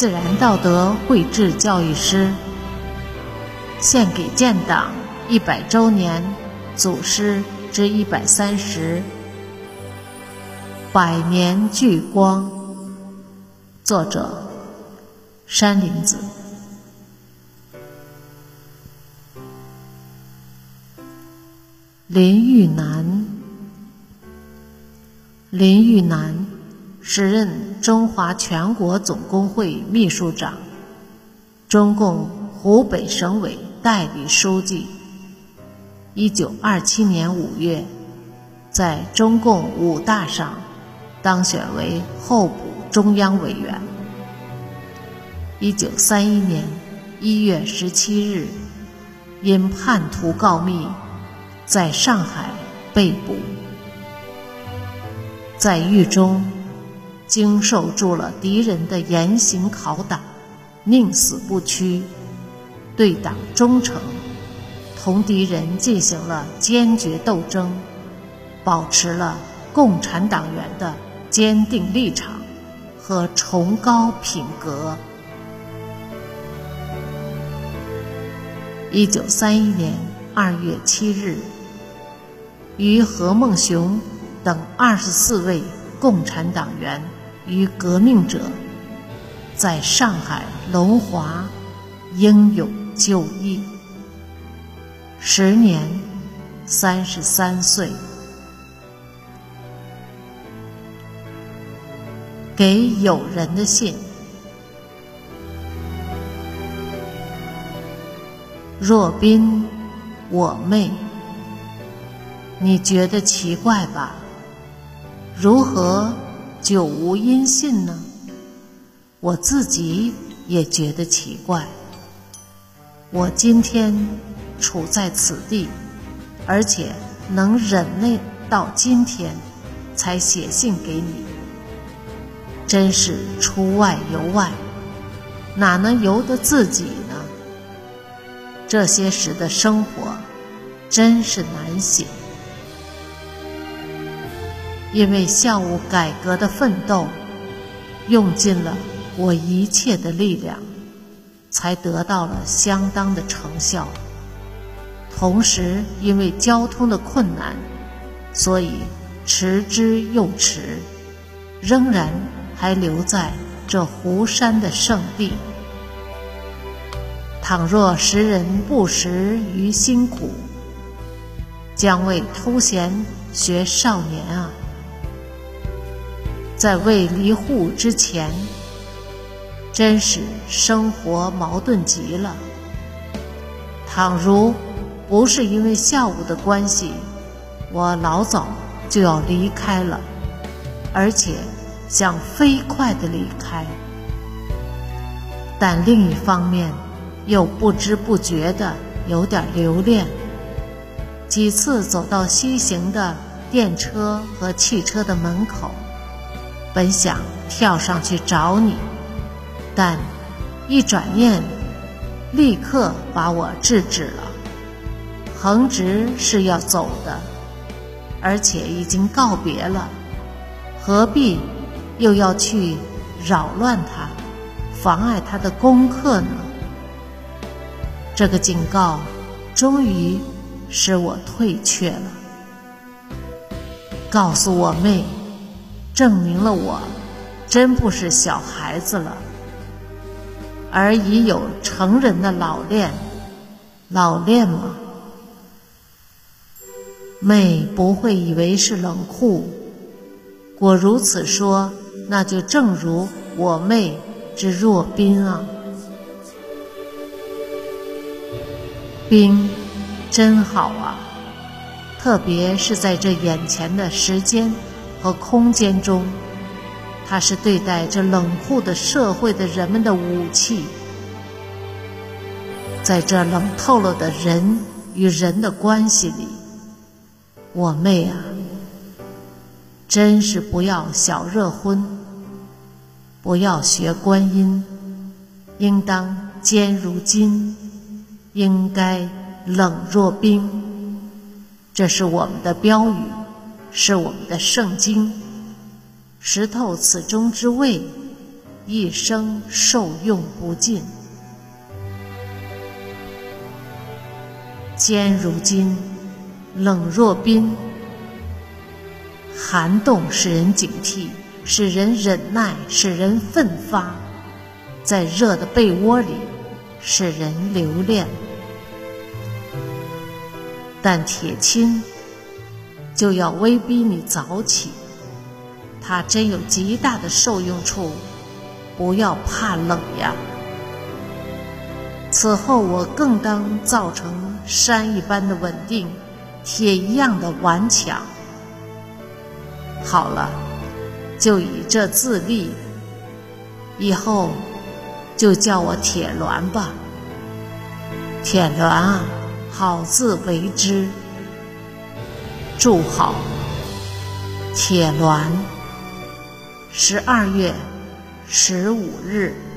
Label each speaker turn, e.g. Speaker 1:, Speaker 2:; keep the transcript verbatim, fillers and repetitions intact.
Speaker 1: 自然道德绘制教育师，献给建党一百周年祖师之一百三十，百年聚光。作者山林子。林玉南，林玉南时任中华全国总工会秘书长，中共湖北省委代理书记。一九二七年五月，在中共五大上当选为候补中央委员。一九三一年一月十七日，因叛徒告密，在上海被捕。在狱中经受住了敌人的严刑拷打，宁死不屈，对党忠诚，同敌人进行了坚决斗争，保持了共产党员的坚定立场和崇高品格。一九三一年二月七日，与何孟雄等二十四位共产党员与革命者在上海龙华英勇就义，时年三十三岁。给友人的信。若宾，我妹，你觉得奇怪吧？如何久无音信呢？我自己也觉得奇怪。我今天处在此地，而且能忍耐到今天才写信给你，真是出外游外，哪能由得自己呢？这些时的生活真是难写。因为校务改革的奋斗，用尽了我一切的力量，才得到了相当的成效。同时因为交通的困难，所以迟之又迟，仍然还留在这湖山的圣地。倘若时人不识于辛苦，将为偷闲学少年啊！在未离沪之前，真是生活矛盾极了。倘如不是因为校务的关系，我老早就要离开了，而且想飞快地离开。但另一方面，又不知不觉地有点留恋。几次走到西行的电车和汽车的门口，本想跳上去找你，但一转念立刻把我制止了。横直是要走的，而且已经告别了，何必又要去扰乱他，妨碍他的功课呢？这个警告终于使我退却了，告诉我妹，证明了我真不是小孩子了，而已有成人的老练。老练吗？妹不会以为是冷酷，果如此说，那就正如我妹之若宾啊。宾真好啊，特别是在这眼前的时间和空间中，它是对待这冷酷的社会的人们的武器。在这冷透了的人与人的关系里，我妹啊，真是不要小热荤，不要学观音，应当坚如金，应该冷若冰。这是我们的标语，是我们的圣经。识透此中之味， 一生受用不尽。坚如金，冷若冰。寒冻使人警惕，使人忍耐，使人奋发。在热的被窝里，使人留恋。但铁青就要威逼你早起，它真有极大的受用处，不要怕冷呀。此后我更当造成山一般的稳定，铁一样的顽强。好了，就以这自立，以后就叫我铁鸾吧。铁鸾啊，好自为之。注好，铁鸾，十二月十五日。